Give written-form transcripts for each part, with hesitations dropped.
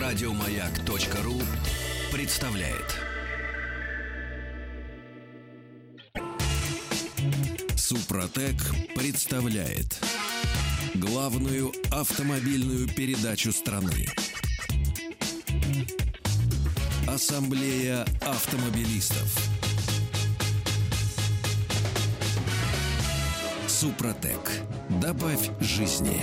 Радиомаяк.ру представляет. Супротек представляет главную автомобильную передачу страны. Ассамблея автомобилистов. Супротек. Добавь жизни.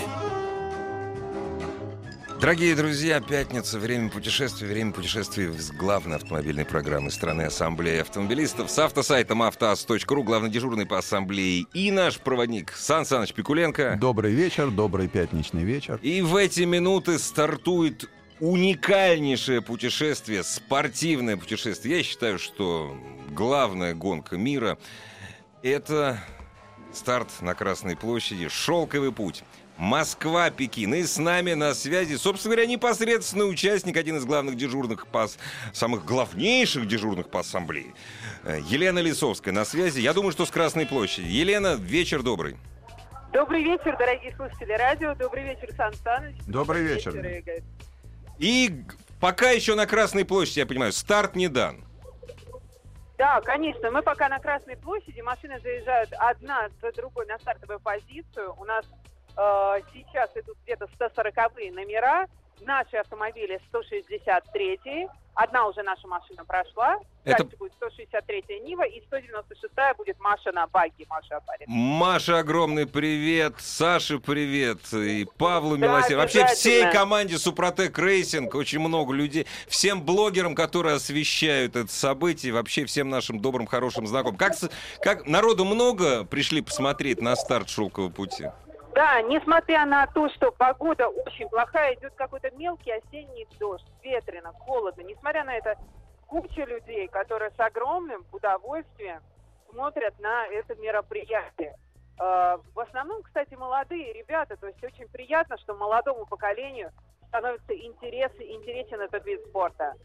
Дорогие друзья, пятница, время путешествий с главной автомобильной программы страны Ассамблеи автомобилистов с автосайтом автоаз.ру, главный дежурный по ассамблее и наш проводник Сан Саныч Пикуленко. Добрый вечер, добрый пятничный вечер. И в эти минуты стартует уникальнейшее путешествие, спортивное путешествие. Я считаю, что главная гонка мира — это старт на Красной площади, шелковый путь. Москва-Пекин. И с нами на связи, собственно говоря, непосредственный участник, один из главных дежурных самых главнейших дежурных по ассамблее. Елена Лисовская на связи. Я думаю, что с Красной площади. Елена, вечер добрый. Добрый вечер, дорогие слушатели радио. Добрый вечер, Сан Саныч. Добрый вечер. Игорь. И пока еще на Красной площади, я понимаю, старт не дан. Да, конечно. Мы пока на Красной площади. Машины заезжают одна за другой на стартовую позицию. У нас сейчас идут где-то 140-е номера. Наши автомобили 163-е. Одна уже наша машина прошла. Дальше будет 163-я Нива и 196-я будет Маша на багги. Маша Апарин. Маша, огромный привет. Саше привет. И Павлу Милосердию. Вообще всей команде Супротек Рейсинг. Очень много людей. Всем блогерам, которые освещают это событие. Вообще всем нашим добрым, хорошим знакомым. Как народу много пришли посмотреть на старт шелкового пути? Да, несмотря на то, что погода очень плохая, идет какой-то мелкий осенний дождь, ветрено, холодно. Несмотря на это, куча людей, которые с огромным удовольствием смотрят на это мероприятие. В основном, кстати, молодые ребята, то есть очень приятно, что молодому поколению становится интересен этот вид спорта.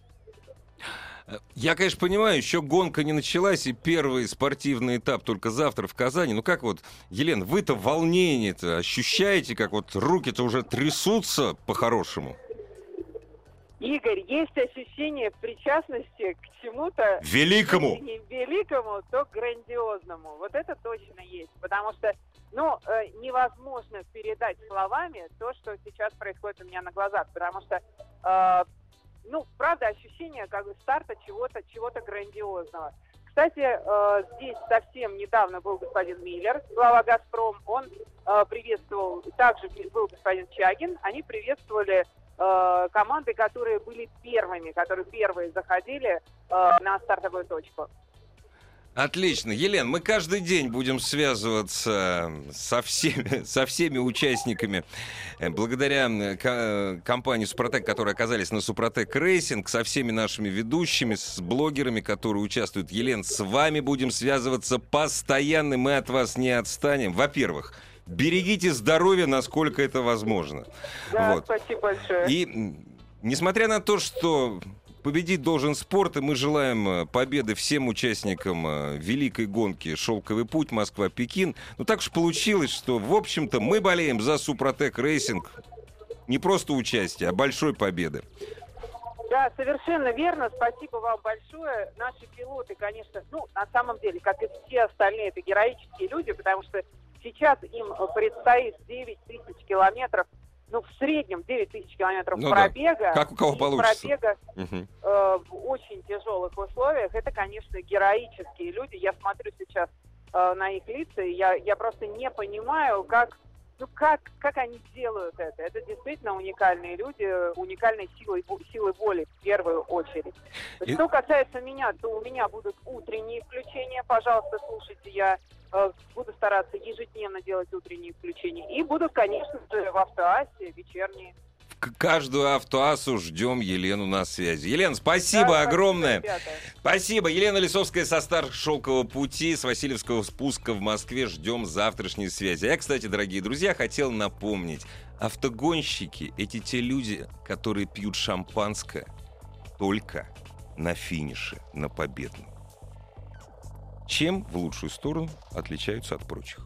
Я, конечно, понимаю, еще гонка не началась, и первый спортивный этап только завтра в Казани. Ну как вот, Елена, вы-то волнение-то ощущаете, как вот руки-то уже трясутся по-хорошему? Игорь, есть ощущение причастности к чему-то... Великому! Если не великому, то грандиозному. Вот это точно есть. Потому что, невозможно передать словами то, что сейчас происходит у меня на глазах. Потому что... правда, ощущение как бы старта чего-то грандиозного. Кстати, здесь совсем недавно был господин Миллер, глава «Газпром». Он приветствовал, также был господин Чагин. Они приветствовали команды, которые были первыми, которые первые заходили на стартовую точку. Отлично. Елена, мы каждый день будем связываться со всеми участниками благодаря компании «Супротек», которые оказались на «Супротек Рейсинг», со всеми нашими ведущими, с блогерами, которые участвуют. Елена, с вами будем связываться постоянно, мы от вас не отстанем. Во-первых, берегите здоровье, насколько это возможно. Да, вот. Спасибо большое. И несмотря на то, что... победить должен спорт, и мы желаем победы всем участникам великой гонки «Шелковый путь» Москва-Пекин. Но так уж получилось, что, в общем-то, мы болеем за Супротек Рейсинг. Не просто участие, а большой победы. Да, совершенно верно. Спасибо вам большое. Наши пилоты, конечно, на самом деле, как и все остальные, это героические люди, потому что сейчас им предстоит 9 тысяч километров. В среднем 9 тысяч километров пробега. Да. Как у кого получится. Пробега в очень тяжелых условиях. Это, конечно, героические люди. Я смотрю сейчас на их лица, и я просто не понимаю, как они делают это. Это действительно уникальные люди, уникальной силой воли в первую очередь. Что касается меня, то у меня будут утренние включения. Пожалуйста, слушайте, я буду стараться ежедневно делать утренние включения. И будут, конечно же, в автоассе вечерние. Каждую автоассу ждем Елену на связи. Елена, спасибо огромное. Спасибо. Елена Лисовская со старта «Шелкового пути» с Васильевского спуска в Москве. Ждем завтрашней связи. Я, кстати, дорогие друзья, хотел напомнить. Автогонщики — это те люди, которые пьют шампанское только на финише, на победном. Чем в лучшую сторону отличаются от прочих?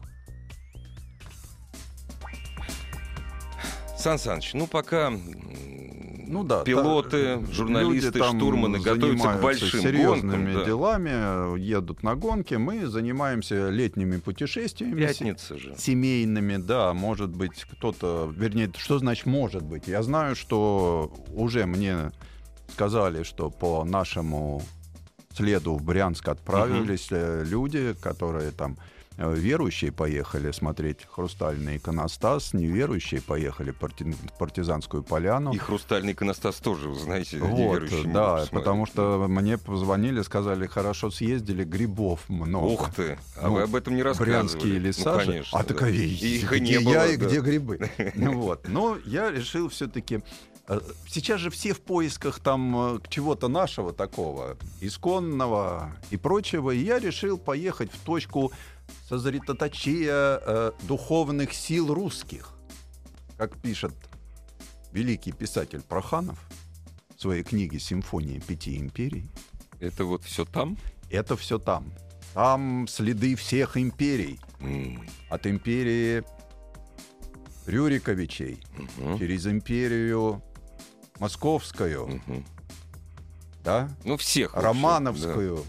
Сан Саныч, пока Ну да, пилоты, журналисты, люди там штурманы готовятся к большим серьезными гонкам. делами, едут на гонки. Мы занимаемся летними путешествиями. Пятница же. Семейными, да, может быть, кто-то... Вернее, что значит «может быть»? Я знаю, что уже мне сказали, что по нашему следу в Брянск отправились люди, которые там... Верующие поехали смотреть хрустальный иконостас, неверующие поехали в партизанскую поляну. И хрустальный иконостас тоже, вы знаете, Вот, неверующие да, могут посмотреть. потому что мне позвонили, сказали, хорошо съездили, грибов много. Ух ты, а Ну, вы об этом не рассказывали. Брянские леса же. конечно, А такая, Их и где не было, я и да. где грибы. Вот. Но я решил все-таки... Сейчас же все в поисках там чего-то нашего такого, исконного и прочего. И я решил поехать в точку сосредоточения духовных сил русских. Как пишет великий писатель Проханов в своей книге «Симфония пяти империй». Это вот все там? Это все там. Там следы всех империй. От империи Рюриковичей через империю Московскую, да? Ну, всех. в общем, Романовскую,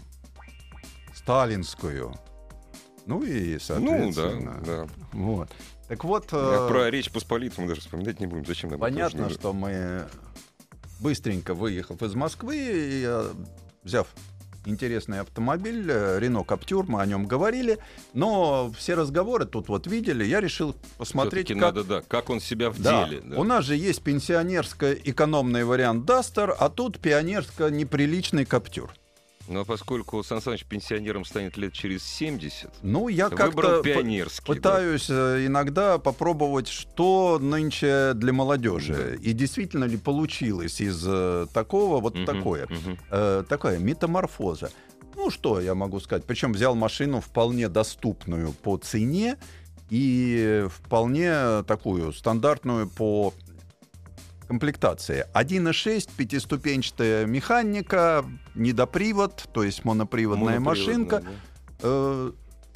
Сталинскую. Ну и, да. соответственно. Ну, да. Вот. Так вот, Про Речь Посполитую мы даже вспоминать не будем. Зачем нам это понятно, нужно? что мы, быстренько выехав из Москвы, и, взяв интересный автомобиль, Рено Каптюр, мы о нем говорили, но все разговоры тут вот видели, я решил посмотреть, Всё-таки как... надо, да, как он себя в Да, деле. Да. у нас же есть пенсионерско-экономный вариант Дастер, а тут пионерско-неприличный Каптюр. Но поскольку Сан Саныч пенсионером станет лет через 70, Ну, я выбрал как-то пионерский. да. пытаюсь иногда попробовать, что нынче для молодежи. И действительно ли получилось из такого вот Мгм, такое. мгм. Такая метаморфоза. Ну, что я могу сказать? Причем взял машину вполне доступную по цене и вполне такую стандартную по комплектации. 1.6, пятиступенчатая механика, недопривод, то есть моноприводная машинка. да.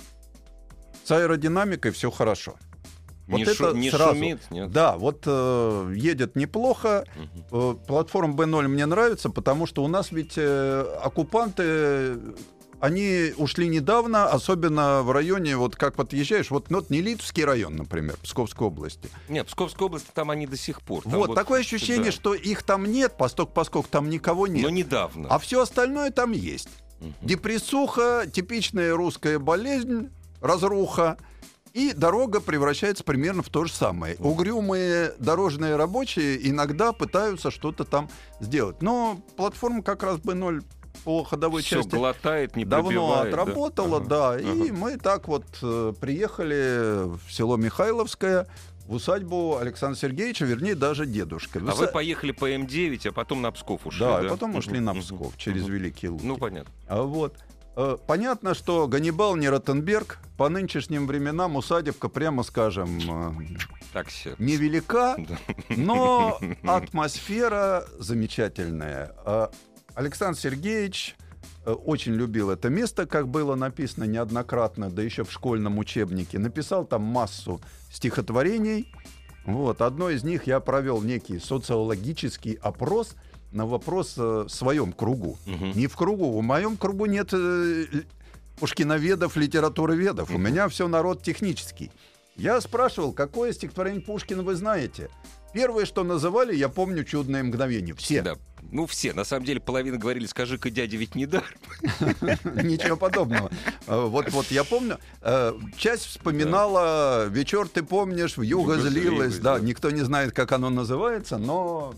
С аэродинамикой все хорошо. Не, Вот это не сразу. шумит, нет? Да, вот едет неплохо. Мгм. Платформа B0 мне нравится, потому что у нас ведь оккупанты, они ушли недавно, особенно в районе, вот как подъезжаешь, вот Нелидовский район, например, Псковской области. Нет, Псковская область, там они до сих пор. Там Вот такое ощущение, да. что их там нет, поскольку там никого нет. Но недавно. А все остальное там есть. Мгм. Депрессуха, типичная русская болезнь, разруха. И дорога превращается примерно в то же самое. Угрюмые дорожные рабочие иногда пытаются что-то там сделать. Но платформа как раз B0 по ходовой Всё части глотает, не давно пробивает, да? отработала, Ага, да. ага. И мы так вот приехали в село Михайловское, в усадьбу Александра Сергеевича, вернее, даже дедушка. А вы поехали по М9, а потом на Псков ушли, Да, да? и потом ушли на Мгм, Псков мгм, через мгм. Великие Луки. Ну, понятно. Вот. Понятно, что Ганнибал не Ротенберг. По нынешним временам усадебка, прямо скажем, Так все. невелика, Да. но атмосфера замечательная. Александр Сергеевич очень любил это место, как было написано неоднократно, да еще в школьном учебнике. Написал там массу стихотворений. Вот. Одно из них я провел некий социологический опрос на вопрос в своем кругу. Мгм. Не в кругу. В моем кругу нет пушкиноведов, литературоведов. У меня все народ технический. Я спрашивал, какое стихотворение Пушкина вы знаете? Первое, что называли, я помню, «Чудное мгновение». Все. Да. Ну, все. На самом деле, половина говорили, скажи-ка, дядя, ведь не дар. Ничего подобного. Вот я помню. Часть вспоминала «Вечер, ты помнишь, вьюга «Вьюга злилась». злилась», Да, да. никто не знает, как оно называется, но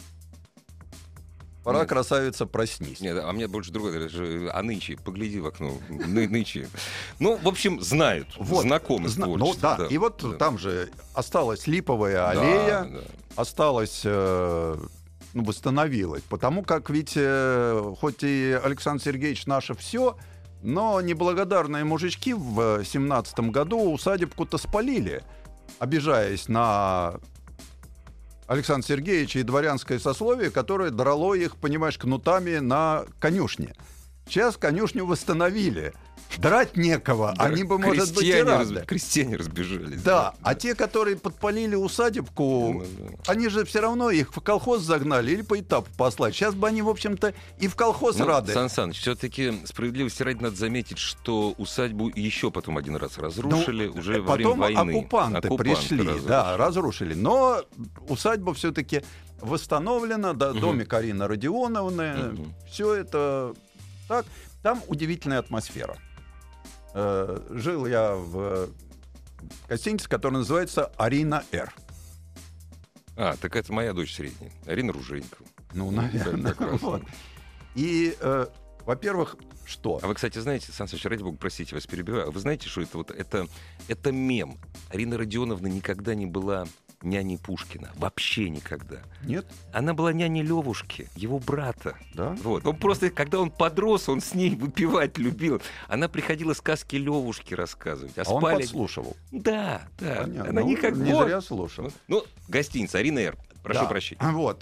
пора, Нет. красавица, проснись. Нет, а мне больше другое. Даже, а нынче, погляди в окно. Нынче. Ну, в общем, знают, Вот. знакомы с Ну творчеством. да, и вот да. там же осталась липовая Да, аллея, да. осталась, восстановилась. Потому как ведь, хоть и Александр Сергеевич наше все, но неблагодарные мужички в 17 году усадебку-то спалили, обижаясь на Александра Сергеевича и дворянское сословие, которое драло их, понимаешь, кнутами на конюшне. Сейчас конюшню восстановили. драть некого, они бы, может быть, и рады. Крестьяне разбежались. Да, а те, которые подпалили усадебку, они же все равно их в колхоз загнали или по этапу послать. Сейчас бы они, в общем-то, и в колхоз рады. Сан Саныч, все-таки справедливости ради надо заметить, что усадьбу еще потом один раз разрушили, уже во время войны. Потом оккупанты пришли, разрушили. Но усадьба все-таки восстановлена, домик Арины Родионовны, все это так. Там удивительная атмосфера. Жил я в гостинице, которая называется «Арина Р». Так это моя дочь средняя, Арина Ружейникова. Ну, наверное. Вот. И, во-первых, что? А вы, кстати, знаете, Сан Саныч, ради бога, простите, вас перебиваю, а вы знаете, что это мем. Арина Родионовна никогда не была няней Пушкина. Вообще никогда. Нет? Она была няней Левушки, его брата. Да? Вот. Он просто, когда он подрос, он с ней выпивать любил. Она приходила сказки Левушки рассказывать. Он подслушивал. Да. Понятно. Она никогда... Не зря слушал. Ну, гостиница Арина Р. Прошу прощения. Вот.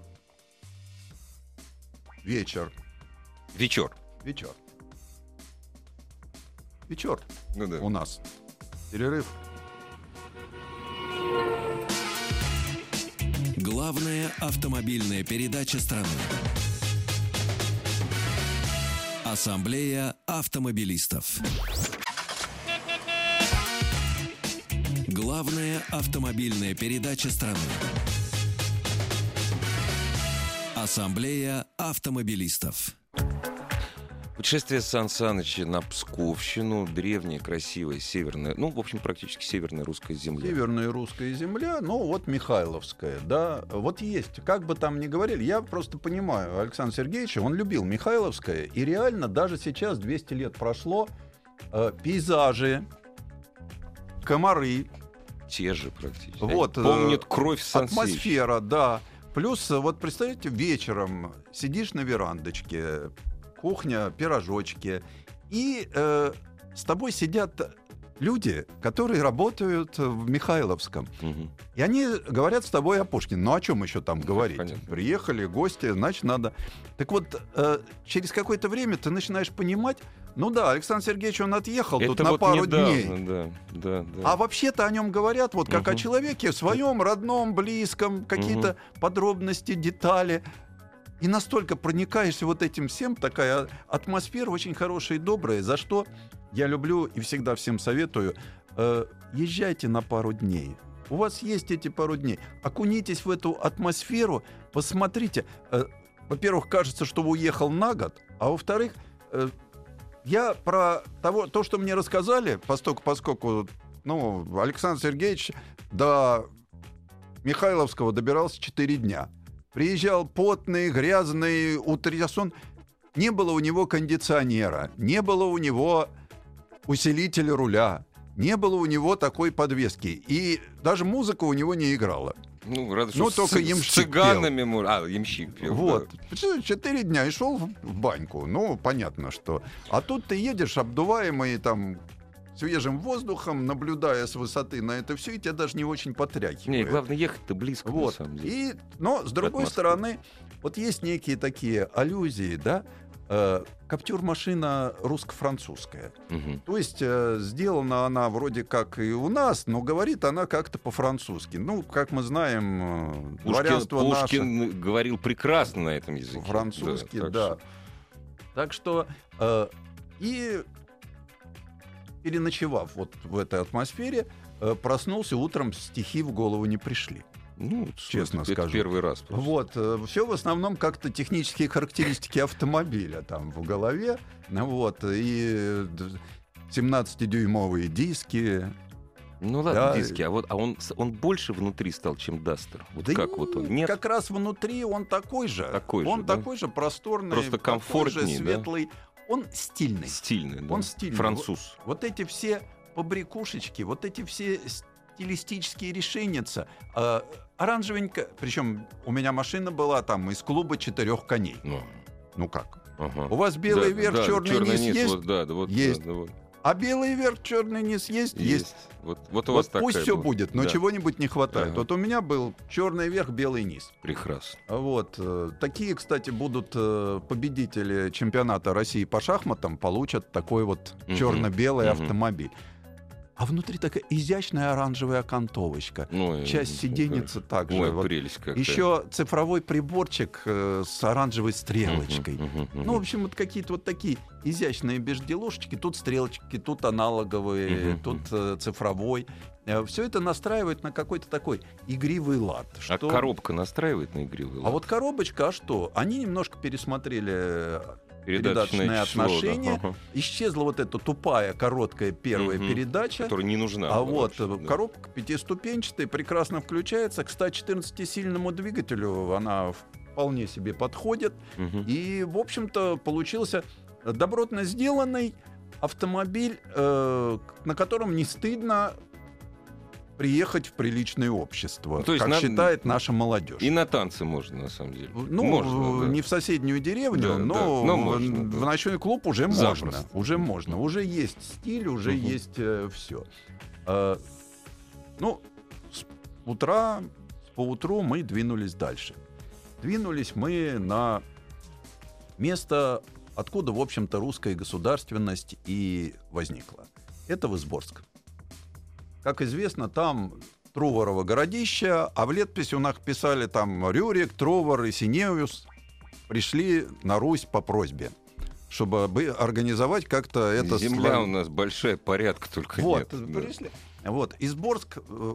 Вечер. Ну, да. У нас. Перерыв. Главная автомобильная передача страны. Ассамблея автомобилистов. Главная автомобильная передача страны. Ассамблея автомобилистов. Путешествие Сан Саныча на Псковщину, древняя, красивая, северная, в общем, практически северная русская земля. Северная русская земля, вот Михайловская, да. Вот есть, как бы там ни говорили, я просто понимаю Александра Сергеевича, он любил Михайловское, и реально даже сейчас, 200 лет прошло, пейзажи, комары. Те же практически. Вот, помнят кровь Сан Саныча. Атмосфера, да. Плюс, вот представляете, вечером сидишь на верандочке, кухня, пирожочки, и с тобой сидят люди, которые работают в Михайловском. И они говорят с тобой о Пушкине. Ну, о чем еще там говорить? Понятно. Приехали гости, значит, надо... Так вот, через какое-то время ты начинаешь понимать, Александр Сергеевич, он отъехал это тут на пару недавно, дней. Да. А вообще-то о нем говорят вот как о человеке своем, родном, близком, какие-то подробности, детали. И настолько проникаешься вот этим всем, такая атмосфера очень хорошая и добрая, за что я люблю и всегда всем советую, езжайте на пару дней. У вас есть эти пару дней. Окунитесь в эту атмосферу, посмотрите. Во-первых, кажется, что уехал на год, а во-вторых, я про то, что мне рассказали, поскольку Александр Сергеевич до Михайловского добирался 4 дня. Приезжал потный, грязный, утрясон. Не было у него кондиционера, не было у него усилителя руля, не было у него такой подвески. И даже музыка у него не играла. Разве что только с цыганами. Ямщик пел. Вот. 4 дня и шел в баньку. Понятно, что... А тут ты едешь, обдуваемый там свежим воздухом, наблюдая с высоты на это все, и тебя даже не очень потряхивает. Главное, ехать-то близко, на самом деле. Но, с другой стороны, вот есть некие такие аллюзии, да, каптюр-машина русско-французская. То есть сделана она вроде как и у нас, но говорит она как-то по-французски. Как мы знаем, дворянство наше... Пушкин говорил прекрасно на этом языке. По-французски, да. Так что... И переночевав вот в этой атмосфере, проснулся утром, стихи в голову не пришли. Честно скажу. Это первый раз. Просто. Вот. Все в основном как-то технические характеристики автомобиля там в голове. И 17-дюймовые диски. Ладно, диски. А он больше внутри стал, чем Дастер? Нет? Как раз внутри он такой же. Такой же просторный. Просто комфортнее, светлый. Да? Он стильный. Да? Он стильный. Француз. Вот эти все побрякушечки, вот эти все стилистические решения. Оранжевенько. Причем у меня машина была там из клуба 4 коней. Как? У вас белый верх, черный низ есть? Вот, есть. А белый верх, черный низ есть? Есть. Вот у вас Вот такая пусть все была. будет, но Да. чего-нибудь не хватает. Ага. Вот у меня был черный верх, белый низ. Прекрасно. Вот. Такие, кстати, будут победители чемпионата России по шахматам, получат такой вот Мгм. черно-белый Мгм. автомобиль. А внутри такая изящная оранжевая окантовочка. Ну, Часть сиденьицы также. Ой, Вот. прелесть какая. Еще цифровой приборчик с оранжевой стрелочкой. Мгм. Ну, в общем, вот какие-то вот такие изящные безделушечки. Тут стрелочки, тут аналоговые, Мгм. тут цифровой. Все это настраивает на какой-то такой игривый лад. А что- коробка настраивает на игривый лад? А вот коробочка, а что? Они немножко пересмотрели Передаточное передаточные число, да. отношения. Ага. Исчезла вот эта тупая, короткая первая Мгм. передача. Которая не нужна. А была вот вообще, да. коробка пятиступенчатая, прекрасно включается. К 114-сильному двигателю она вполне себе подходит. Мгм. И, в общем-то, получился добротно сделанный автомобиль, на котором не стыдно приехать в приличное общество, Ну, то есть как надо- считает наша молодежь. И на танцы можно, на самом деле. Ну, Можно, да. не в соседнюю деревню, Да, но, да, но в можно, да. ночной клуб уже Запросто. можно. Уже можно. Уже есть стиль, уже Мгм. есть все. Ну, поутру мы двинулись дальше. Двинулись мы на место, откуда, в общем-то, русская государственность и возникла. Это Высборск. Как известно, там Труворово городище, а в летописи у нас писали там Рюрик, Трувор и Синеус пришли на Русь по просьбе, чтобы организовать как-то это... Земля у нас большая, порядка только Вот, нет. Да. пришли. Вот, Изборск,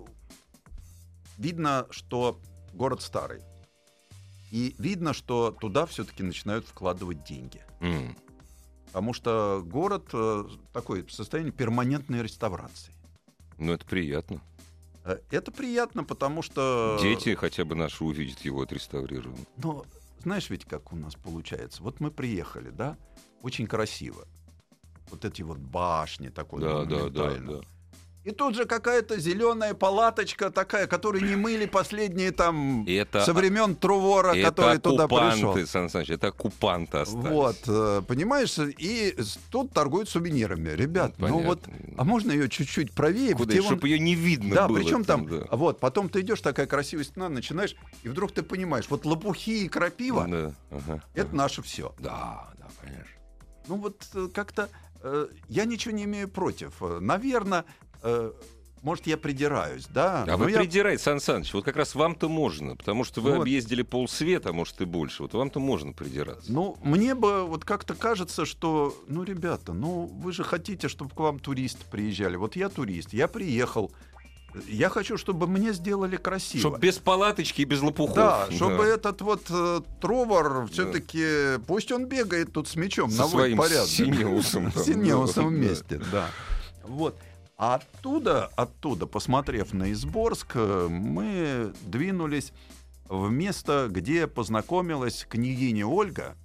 видно, что город старый. И видно, что туда все-таки начинают вкладывать деньги. М. Потому что город такой в состоянии перманентной реставрации. Ну, это приятно. Это приятно, потому что... Дети хотя бы наши увидят его отреставрированным. Но знаешь ведь, как у нас получается? Вот мы приехали, да? Очень красиво. Вот эти вот башни такой монументально. Да. И тут же какая-то зеленая палаточка такая, которую не мыли последние там Это, со времен Трувора, это который туда пришел. оккупанты, Сан Саныч, это оккупанты остались. Вот, понимаешь, и тут торгуют сувенирами. Ребят, ну вот, Понятно. а можно ее чуть-чуть правее? Куда, где вон- чтобы ее не видно Да, было. причем там, да. вот, потом ты идешь, такая красивая стена, начинаешь, и вдруг ты понимаешь, вот лопухи и крапива, Да, ага, это ага. наше все. Да, конечно. Ну вот как-то я ничего не имею против. Наверное, может, я придираюсь, да? А но вы я- придирайте, Сан Саныч, вот как раз вам-то можно, потому что вы Вот. объездили полсвета, а может и больше, вот вам-то можно придираться. Ну, мне бы вот как-то кажется, что, ну, ребята, ну, вы же хотите, чтобы к вам туристы приезжали. Вот я турист, я приехал, я хочу, чтобы мне сделали красиво. Чтоб без палаточки и без лопухов. Да, чтобы этот вот Трувор все-таки, пусть он бегает тут с мечом, Со наводит своим порядок. Синеусом там, С Синеусом да. вместе, да. Вот. А оттуда, посмотрев на Изборск, мы двинулись в место, где познакомилась княгиня Ольга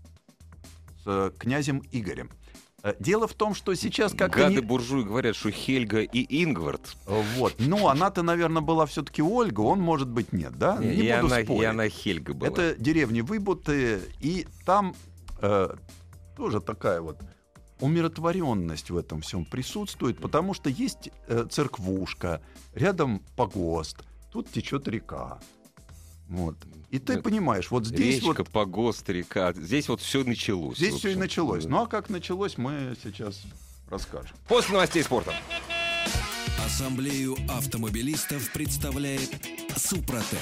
с князем Игорем. Дело в том, что сейчас как Гады-буржуи говорят, что Хельга и Ингвард. Вот. Ну, она-то, наверное, была все-таки Ольга, он, может быть, нет, да? Не и, буду она, спорить. и она Хельга была. Это деревни Выбуты, и там тоже такая вот умиротворенность в этом всем присутствует, потому что есть церквушка, рядом погост, тут течет река. Вот. И ты Это понимаешь, вот здесь Речка, вот погост, река. Здесь вот все началось. здесь в все и общем. началось. Да. Ну а как началось, мы сейчас расскажем. После новостей спорта. Ассамблею автомобилистов представляет Супротек.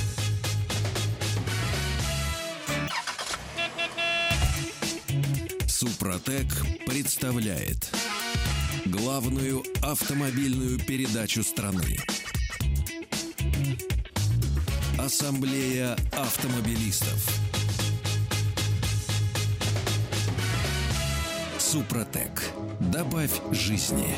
Супротек представляет главную автомобильную передачу страны. Ассамблея автомобилистов. Супротек. Добавь жизни.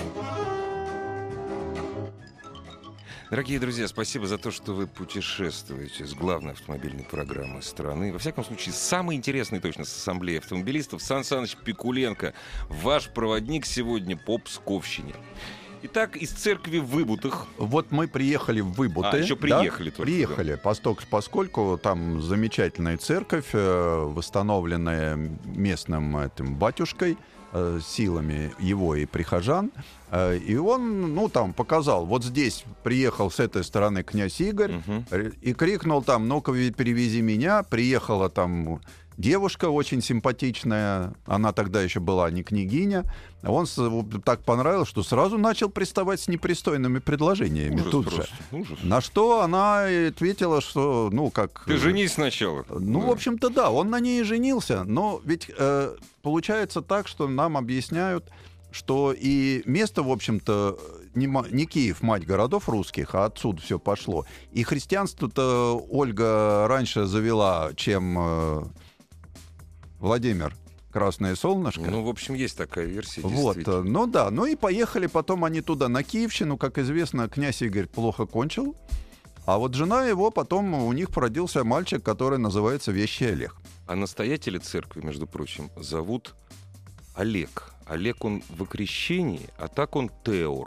Дорогие друзья, спасибо за то, что вы путешествуете с главной автомобильной программы страны. Во всяком случае, самый интересный точно с ассамблеи автомобилистов Сан Саныч Пикуленко, ваш проводник сегодня по Псковщине. Итак, из церкви Выбутых. Вот мы приехали в Выбуты. еще приехали только, Приехали, поскольку там замечательная церковь, восстановленная местным этим батюшкой, силами его и прихожан. И он, ну, там, показал, вот здесь приехал с этой стороны князь Игорь, и крикнул там: ну-ка, перевези меня. Приехала там девушка очень симпатичная, она тогда еще была не княгиня. Он так понравился, что сразу начал приставать с непристойными предложениями. Ужас тут просто, же. ужас. На что она ответила, что, ну, как... Ты женись сначала. Ну, Да. в общем-то, да, он на ней и женился. Но ведь получается так, что нам объясняют, что и место, в общем-то, не Киев, мать городов русских, а отсюда все пошло. И христианство-то Ольга раньше завела, чем Владимир Красное Солнышко. Ну, в общем, есть такая версия, Вот, действительно. ну да, ну и поехали потом они туда, на Киевщину. Как известно, князь Игорь плохо кончил. А вот жена его, потом у них родился мальчик, который называется Вещий Олег. А настоятеля церкви, между прочим, зовут Олег. Олег он в окрещении, а так он Теор.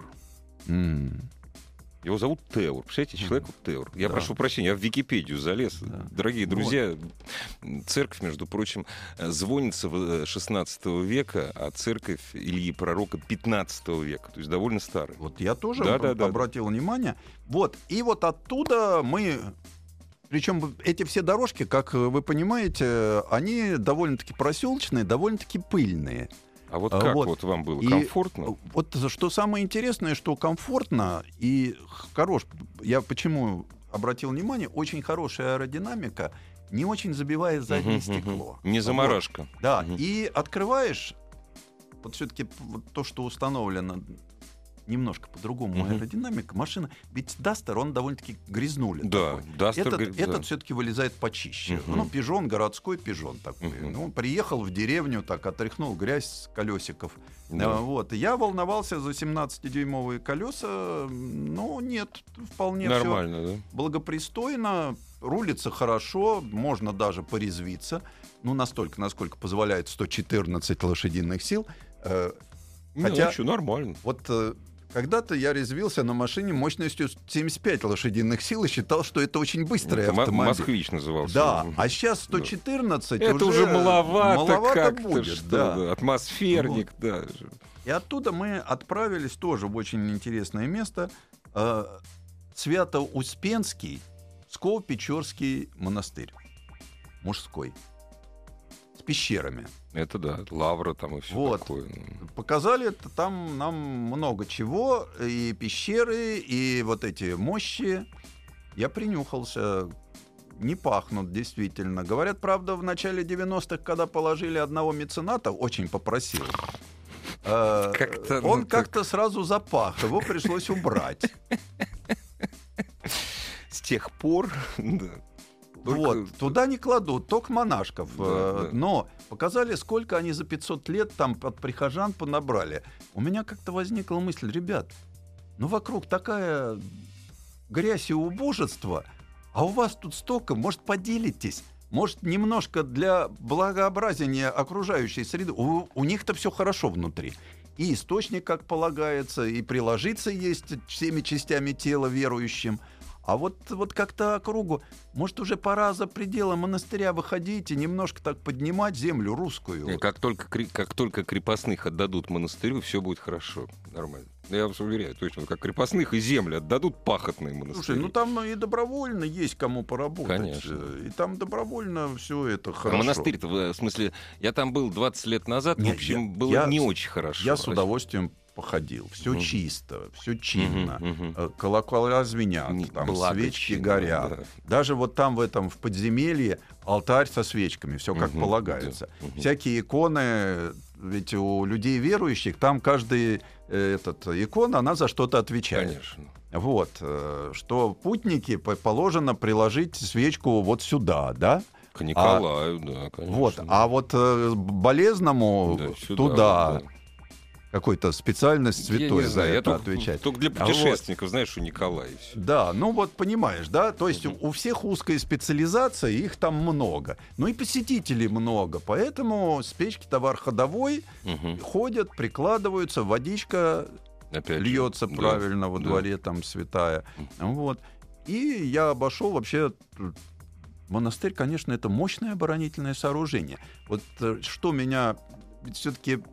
Его зовут Теор. Представляете, человек Теор. Я Да. прошу прощения, я в Википедию залез. Да. Дорогие друзья, церковь, между прочим, звонится 16 века, а церковь Ильи Пророка 15 века. То есть довольно старая. Вот я тоже Да. обратил внимание. Вот, и вот оттуда мы... Причем эти все дорожки, как вы понимаете, они довольно-таки проселочные, довольно-таки пыльные. А вот как вот. вот вам было? И Комфортно? Вот что самое интересное, что комфортно и хорош. Я почему обратил внимание, очень хорошая аэродинамика, не очень забивает заднее стекло. Не заморашка. Вот. Да, Мгм. и открываешь, вот все-таки вот то, что установлено немножко по-другому аэродинамика, машина, ведь Дастер, он довольно-таки грязнули. Да, такой. Дастер, Этот все-таки вылезает почище. Мгм. Ну, пижон, городской пижон такой. Мгм. Ну, приехал в деревню, так отряхнул грязь с колесиков. Да. Вот. Я волновался за 17-дюймовые колеса. Ну, нет, вполне все Нормально, да? благопристойно. Рулится хорошо, можно даже порезвиться. Ну, настолько, насколько позволяет 114 лошадиных сил. Хотя- Ну, что, нормально. Вот когда-то я резвился на машине мощностью 75 лошадиных сил и считал, что это очень быстрый Это автомобиль. Москвич назывался. Да, а сейчас 114 Это уже маловато как-то, будет. что, Да. да, атмосферник, да. И оттуда мы отправились тоже в очень интересное место. Свято-Успенский Псково-Печорский монастырь. Мужской. С пещерами. Это да, лавра там и все Вот. такое. Показали там нам много чего. И пещеры, и вот эти мощи. Я принюхался. Не пахнут, действительно. Говорят, правда, в начале 90-х, когда положили одного мецената, очень попросил. Как-то, Он ну, как-то сразу запах. Его пришлось убрать. С тех пор, да. Вот, туда не кладут, только монашков. Да. Но показали, сколько они за 500 лет там под прихожан понабрали. У меня как-то возникла мысль: ребят, ну вокруг такая грязь и убожество, а у вас тут столько, может, поделитесь? Может, немножко для благообразия окружающей среды? У них-то все хорошо внутри. И источник, как полагается, и приложиться есть всеми частями тела верующим. А вот как-то округу, может, уже пора за пределы монастыря выходить и немножко так поднимать землю русскую. Как только крепостных отдадут монастырю, все будет хорошо, нормально. Я вас уверяю, точно, как крепостных и земли отдадут пахотные монастыри. Слушай, ну там и добровольно есть кому поработать. Конечно. И там добровольно все это А хорошо. монастырь-то, в смысле, я там был 20 лет назад, Нет, в общем, было я- не очень хорошо. Я с удовольствием походил. Все Мгм. чисто, все чинно. Мгм. Колокола звенят, Не- там благо свечки чинно, горят. да. Даже вот там в подземелье алтарь со свечками, все как Мгм, полагается. да, мгм. Всякие иконы, ведь у людей верующих там каждая икона, она за что-то отвечает. Конечно. Вот, что путники положено приложить свечку вот сюда, да? К Николаю, да, конечно. Вот, а вот болезному Да, сюда, туда да. какой-то специальность Я святой не за знаю, я это только, отвечать. только для А вот- путешественников, знаешь, у Николая. и всё. Да, ну вот понимаешь, да, то есть у всех узкая специализация, их там много, ну и посетителей много, поэтому с печки товар ходовой, Мгм. ходят, прикладываются, водичка Опять же, льется да, правильно во да. дворе там святая, вот. И я обошел вообще монастырь, конечно, это мощное оборонительное сооружение. Вот что меня все-таки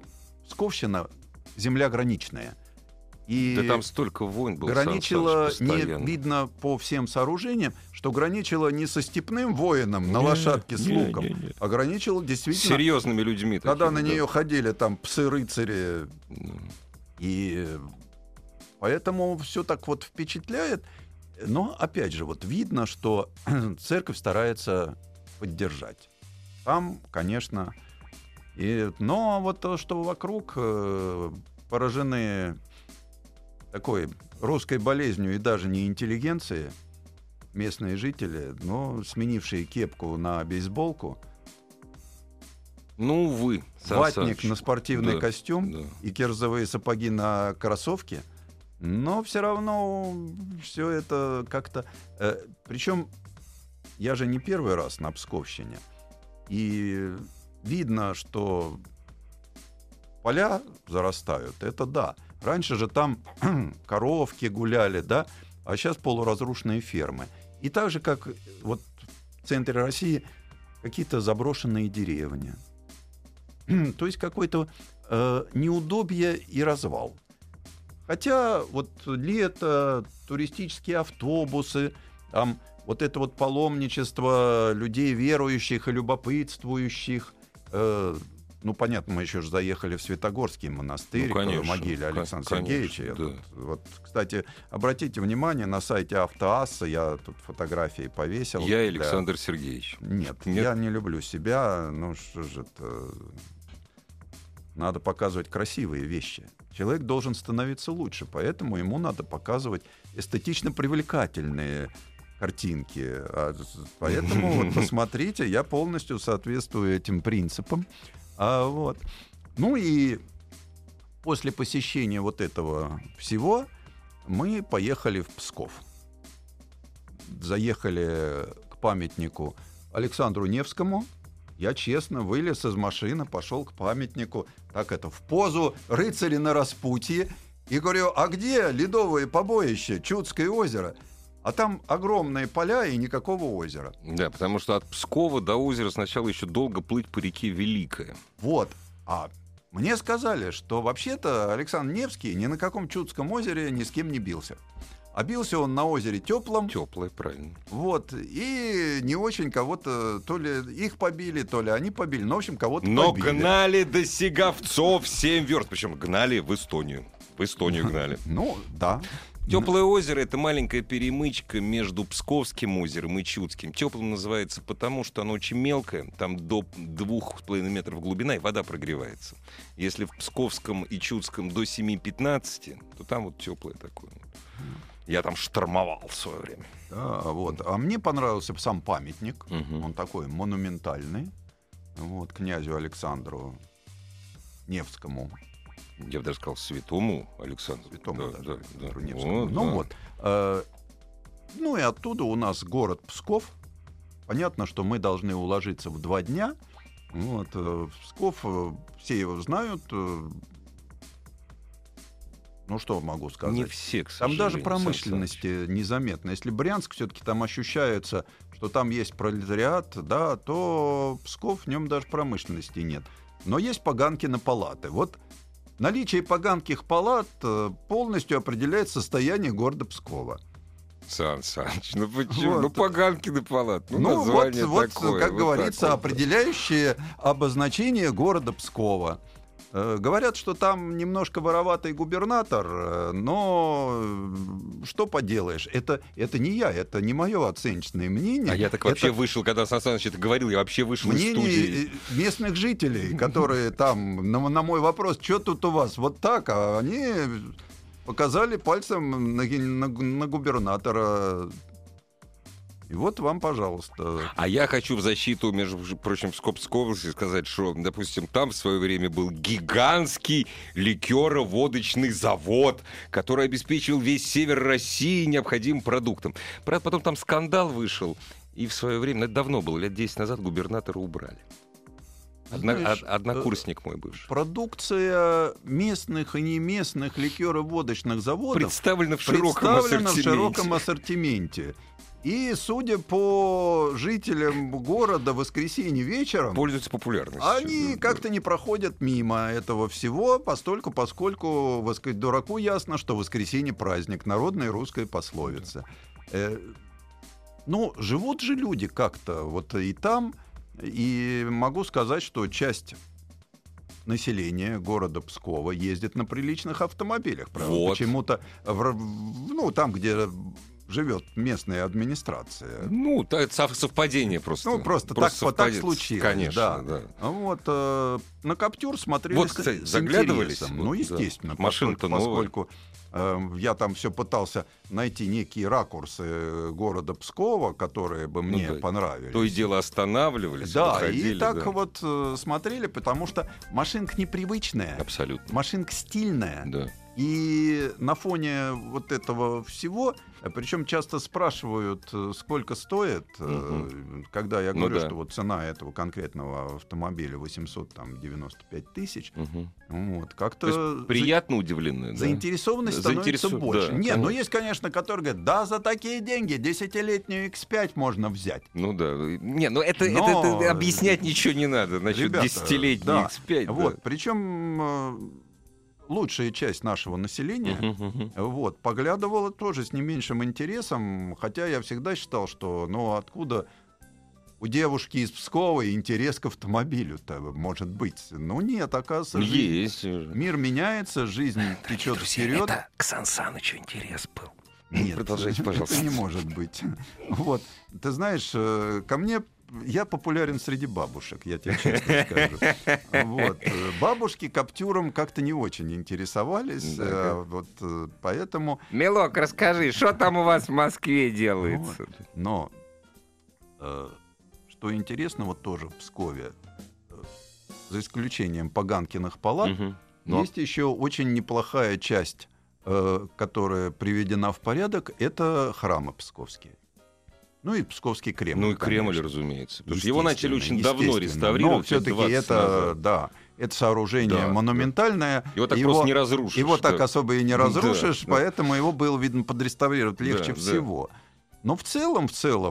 Псковщина — земля граничная. И Да там столько войн было, граничила, Сан Саныч, постоянно. видно по всем сооружениям, что граничила не со степным воином на лошадке с луком, а граничила С действительно, серьезными людьми. когда такими, на да. нее ходили там псы-рыцари. И поэтому все так вот впечатляет. Но, опять же, вот видно, что церковь старается поддержать. Там, конечно... Но вот то, что вокруг поражены такой русской болезнью и даже не интеллигенцией, местные жители, но сменившие кепку на бейсболку, Ну, увы, Сан ватник Саныч. на спортивный Да, костюм да. и кирзовые сапоги на кроссовки, но все равно все это как-то... Причем я же не первый раз на Псковщине, и видно, что поля зарастают, это да. Раньше же там коровки гуляли, да, а сейчас полуразрушенные фермы. И так же, как вот в центре России какие-то заброшенные деревни. То есть какое-то неудобье и развал. Хотя вот лето, туристические автобусы, там вот это вот паломничество людей верующих и любопытствующих. Ну, понятно, мы еще же заехали в Светогорский монастырь, Ну, к конечно, могиле Александра конечно, Сергеевича. да. Вот, кстати, обратите внимание, на сайте Автоасса я тут фотографии повесил. Я для- Александр Сергеевич. Нет, Нет? я не люблю себя. Ну, что же это... Надо показывать красивые вещи. Человек должен становиться лучше, поэтому ему надо показывать эстетично привлекательные картинки. Поэтому вот посмотрите, я полностью соответствую этим принципам. Вот. Ну и после посещения вот этого всего мы поехали в Псков. Заехали к памятнику Александру Невскому. Я честно вылез из машины, пошел к памятнику, так это, в позу рыцаря на распутье. И говорю, а где ледовое побоище, Чудское озеро? А там огромные поля и никакого озера. Да, потому что от Пскова до озера сначала еще долго плыть по реке Великая. Вот. А мне сказали, что вообще-то Александр Невский ни на каком Чудском озере ни с кем не бился. А бился он на озере Теплом. Теплое, правильно. Вот. И не очень кого-то, то ли их побили, то ли они побили. Ну, в общем, кого-то Но побили. гнали до Сиговцов 7 верст. Причем гнали в Эстонию. В Эстонию гнали. Ну, да. Теплое озеро — это маленькая перемычка между Псковским озером и Чудским. Теплым называется потому, что оно очень мелкое, там до 2,5 метров глубина, и вода прогревается. Если в Псковском и Чудском до 7-15, то там вот теплое такое. Я там штормовал в свое время. Да, вот. А мне понравился сам памятник. Мгм. Он такой монументальный. Вот, князю Александру Невскому. Я бы даже сказал святому Александру. Святому Да, даже, да, Александру да. Невскому. Вот, Ну да. вот. Ну и оттуда у нас город Псков. Понятно, что мы должны уложиться в 2 дня. Вот, Псков, все его знают. Ну что могу сказать? Не все, к Там сожалению, даже Сан промышленности незаметно. Если Брянск все-таки там ощущается, что там есть пролетариат, да, то Псков, в нем даже промышленности нет. Но есть поганки на палаты. Вот наличие поганских палат полностью определяет состояние города Пскова. Сан Саныч, ну почему? Вот. Ну Поганкины палат. Ну, Ну вот, название вот, такое. как вот говорится, так вот. определяющее обозначение города Пскова. Говорят, что там немножко вороватый губернатор, но что поделаешь? Это не я, это не мое оценочное мнение. А я так вообще вышел, когда Сан Саныч это говорил, я вообще вышел из студии. Мнение местных жителей, которые там на мой вопрос, что тут у вас, вот так, а они показали пальцем на губернатора. И вот вам, пожалуйста. А я хочу в защиту, между прочим, Псковской области сказать, что, допустим, там в свое время был гигантский ликеро-водочный завод, который обеспечивал весь север России необходимым продуктом. Правда, потом там скандал вышел, и в свое время, это давно было, лет 10 назад, губернатора убрали. Знаешь, Однокурсник мой бывший. Продукция местных и не местных ликеро-водочных заводов Представлена в представлена в широком широком ассортименте. ассортименте. И, судя по жителям города, в воскресенье вечером Пользуются популярностью. они как-то не проходят мимо этого всего, поскольку дураку ясно, что воскресенье праздник, народная русская пословица. Ну, живут же люди как-то вот и там, и могу сказать, что часть населения города Пскова ездит на приличных автомобилях. Правда, Вот. почему-то там, где живет местная администрация. Ну, это совпадение просто. Ну, просто так случилось. Конечно, да. Вот, на Каптюр смотрели Вот, кстати, с заглядывались? интересом. Вот, Ну, да. естественно. Машина-то новая. поскольку я там все пытался найти некие ракурсы города Пскова, которые бы мне да. понравились. То и дело останавливались, Да, выходили, и так да. вот смотрели, потому что машинка непривычная, Абсолютно. машинка стильная. Да. И на фоне вот этого всего, причем часто спрашивают, сколько стоит, когда я Ну говорю, да. что вот цена этого конкретного автомобиля 895 тысяч, вот, То как-то есть приятно удивлены, да? заинтересованность становится больше. да, Нет, ну конечно. есть, конечно, которые говорят, да, за такие деньги 10-летнюю X5 можно взять. Ну да. Не, ну это Но, объяснять ничего не надо. Насчет ребята, 10-летней да. X5. Вот, причем лучшая часть нашего населения вот, поглядывала тоже с не меньшим интересом, хотя я всегда считал, что откуда у девушки из Пскова интерес к автомобилю-то может быть. Ну нет, оказывается, Есть. мир меняется, жизнь течет вперед. к Сан Санычу интерес был. Нет, Продолжайте, пожалуйста. это не может быть. Вот, ты знаешь, ко мне я популярен среди бабушек, я тебе честно скажу. Вот. Бабушки Каптюром как-то не очень интересовались, вот, поэтому... Милок, расскажи, что там у вас в Москве делается? Но, что интересно, вот тоже в Пскове, за исключением Поганкиных палат, есть еще очень неплохая часть, которая приведена в порядок, это храмы псковские. Ну и Псковский Кремль. Ну и Кремль, конечно. разумеется. Потому что его начали очень давно Естественно. реставрировать. Но все-таки 20 это, назад. да, это сооружение Да, монументальное. Его так просто не разрушишь. Его так да. особо и не разрушишь, Да, да. поэтому его было, видно, подреставрировать легче Да, всего. Но в целом,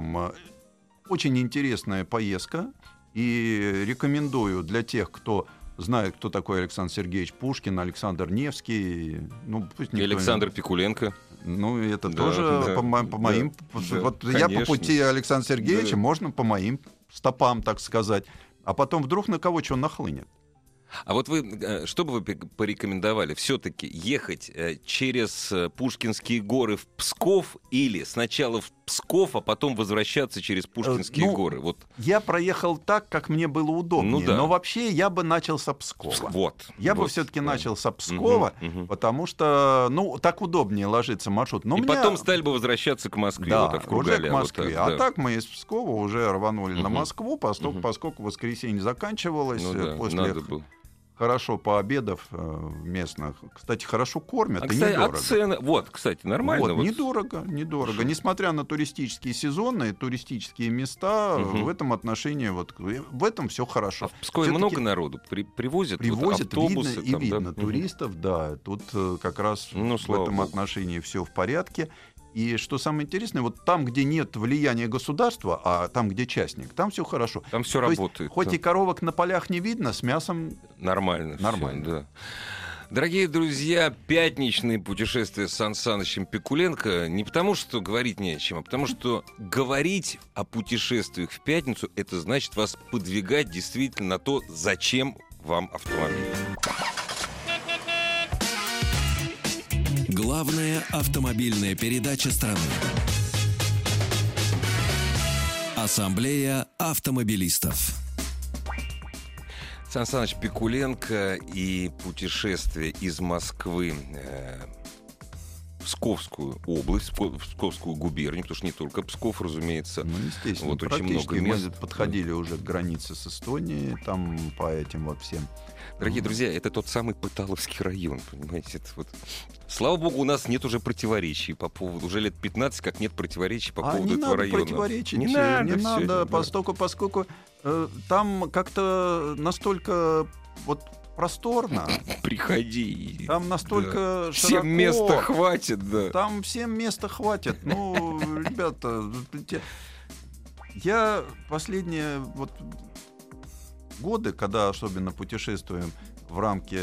очень интересная поездка. И рекомендую для тех, кто знает, кто такой Александр Сергеевич Пушкин, Александр Невский. Ну, пусть И никто Александр Пикуленко. Ну, это Да, тоже да, по моим... да, вот я по конечно. пути Александра Сергеевича, Да. можно по моим стопам, так сказать. А потом вдруг на кого что нахлынет. А вот вы, что бы вы порекомендовали? Все-таки ехать через Пушкинские горы в Псков или сначала в Псков, а потом возвращаться через Пушкинские горы? Вот. Я проехал так, как мне было удобнее. Ну да. Но вообще я бы начал со Пскова. Вот. Я бы вот, все-таки да. начал со Пскова, потому что, так удобнее ложится маршрут. Но И мне... потом стали бы возвращаться к Москве. Да, вот так, в уже Кургале, к Москве. вот так, да. А так мы из Пскова уже рванули на Москву, поскольку воскресенье заканчивалось. Ну да, после надо было. хорошо пообедав местных. Кстати, хорошо кормят и кстати, недорого. цены... Вот, кстати, нормально. Вот, недорого. Несмотря на туристические сезоны, туристические места, в этом отношении, в этом все хорошо. А в Пскове Всё-таки много народу привозят? Привозят, автобусы, видно, там, и видно да? туристов, да. Тут как раз Ну, в слава этом богу. отношении все в порядке. И что самое интересное, вот там, где нет влияния государства, а там, где частник, там все хорошо. Там все То есть, работает. хоть да. и коровок на полях не видно, с мясом Нормально. всё, Нормально. да. Дорогие друзья, пятничные путешествия с Сан Санычем Пикуленко не потому, что говорить не о чем, а потому что говорить о путешествиях в пятницу — это значит вас подвигать действительно на то, зачем вам автомобиль. Главная автомобильная передача страны. Ассамблея автомобилистов. Сан Саныч Пикуленко и путешествие из Москвы в Псковскую область, в Псковскую губернию, потому что не только Псков, разумеется. Ну, естественно, Вот очень практически много мест. мы подходили уже к границе с Эстонией, там по этим вот всем. Дорогие друзья, это тот самый Пыталовский район, понимаете? Это вот... Слава богу, у нас нет уже противоречий по поводу... Уже лет 15, как нет противоречий по поводу не этого надо района. противоречить, Не не надо, надо, всё, да. поскольку там как-то настолько вот просторно. Приходи. Там настолько широко. Всем места хватит, да. Там всем места хватит. Ну, ребята, я последние вот годы, когда особенно путешествуем в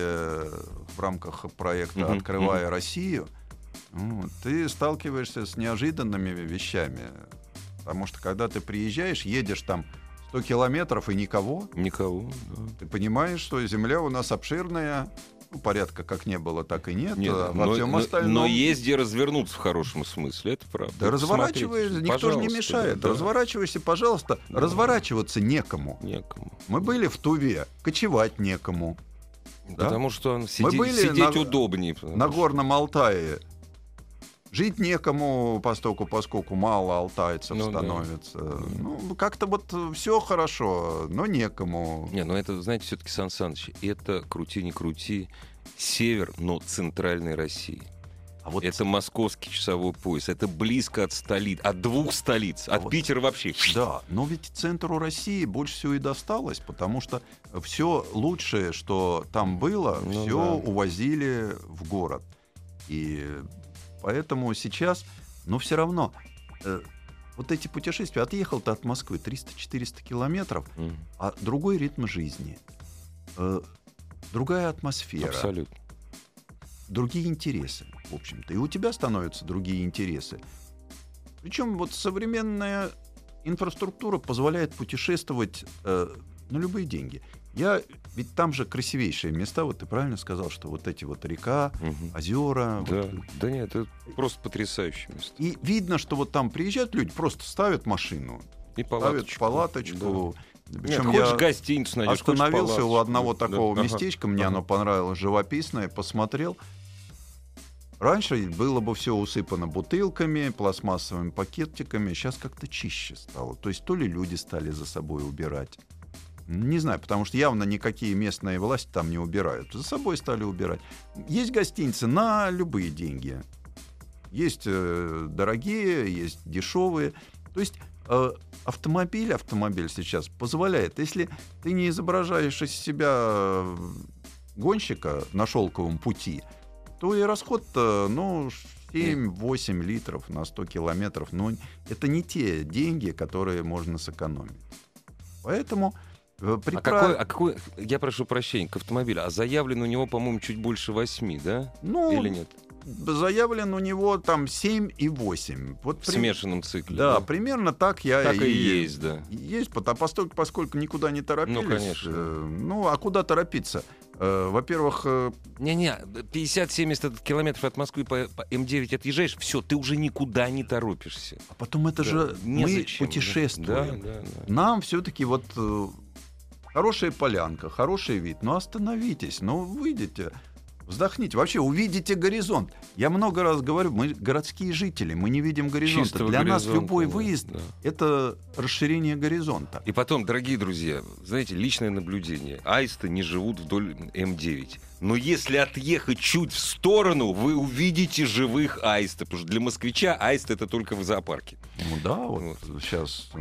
рамках проекта «Открывая Россию», ты сталкиваешься с неожиданными вещами. Потому что когда ты приезжаешь, едешь там 100 километров и никого. Никого, да. Ты понимаешь, что земля у нас обширная. Порядка как не было, так и нет. Нет, во всем остальном... но есть где развернуться в хорошем смысле, это правда. Да разворачивайся, никто же не мешает. Да. Разворачивайся, пожалуйста. Да. Разворачиваться некому. Мы были в Туве, кочевать некому. Потому что сидеть удобнее. На Горном Алтае. Жить некому, поскольку мало алтайцев становится. Да. Ну, как-то вот все хорошо, но некому. Не, ну это, знаете, все-таки, Сан Саныч, это, крути не крути, север, но центральной России. А вот это московский часовой пояс, это близко от двух столиц, от Питера вообще. Да, но ведь центру России больше всего и досталось, потому что все лучшее, что там было, увозили в город. И поэтому сейчас, но все равно, вот эти путешествия, отъехал ты от Москвы 300-400 километров, а другой ритм жизни, другая атмосфера. Абсолютно. Другие интересы, в общем-то. И у тебя становятся другие интересы. Причем вот современная инфраструктура позволяет путешествовать на любые деньги. Ведь там же красивейшие места, вот ты правильно сказал, что вот эти вот река, озера. Да, да нет, это просто потрясающие места. И видно, что вот там приезжают люди, просто ставят машину, и ставят палаточку. Да. Причем я гостиницу найдешь, остановился у одного такого местечка, мне оно понравилось, живописное, посмотрел. Раньше было бы все усыпано бутылками, пластмассовыми пакетиками, сейчас как-то чище стало. То есть то ли люди стали за собой убирать. Не знаю, потому что явно никакие местные власти там не убирают. За собой стали убирать. Есть гостиницы на любые деньги. Есть дорогие, есть дешевые. То есть автомобиль сейчас позволяет, если ты не изображаешь из себя гонщика на шелковом пути, то и расход-то, 7-8 литров на 100 километров. Но это не те деньги, которые можно сэкономить. Поэтому... какой, я прошу прощения, к автомобилю, а заявлено у него, по-моему, чуть больше 8, да? Или нет? Заявлено у него там 7 и 8. Вот в смешанном цикле. Да, примерно так и есть, да. Есть, поскольку никуда не торопились. Ну, конечно. А куда торопиться? Во-первых... 50-70 километров от Москвы по М9 отъезжаешь, все, ты уже никуда не торопишься. А потом это же мы путешествуем. Да. Нам все-таки вот хорошая полянка, хороший вид. Остановитесь, выйдите. Вздохните, вообще увидите горизонт. Я много раз говорю, мы городские жители, мы не видим горизонта. Чистого Для нас любой да, выезд это расширение горизонта. И потом, дорогие друзья, знаете, личное наблюдение. Аисты не живут вдоль М9. Но если отъехать чуть в сторону, вы увидите живых аистов. Потому что для москвича аист — это только в зоопарке. Вот сейчас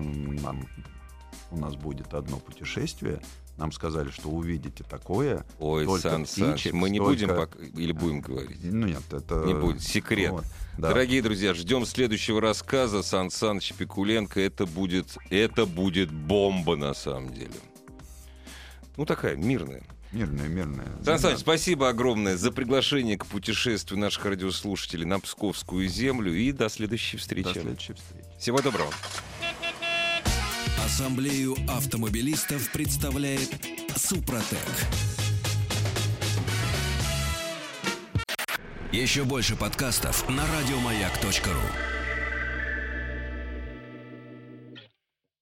у нас будет одно путешествие. Нам сказали, что увидите такое. Ой, Сан Саныч, мы не будем или будем говорить? Нет, это... Не будет, секрет. Да. Дорогие друзья, ждем следующего рассказа Сан Саныча Пикуленко. Это будет бомба на самом деле. Такая мирная. Мирная. Сан Саныч, спасибо огромное за приглашение к путешествию наших радиослушателей на Псковскую землю. И до следующей встречи. Всего доброго. Ассамблею автомобилистов представляет Супротек. Еще больше подкастов на радиомаяк.ру.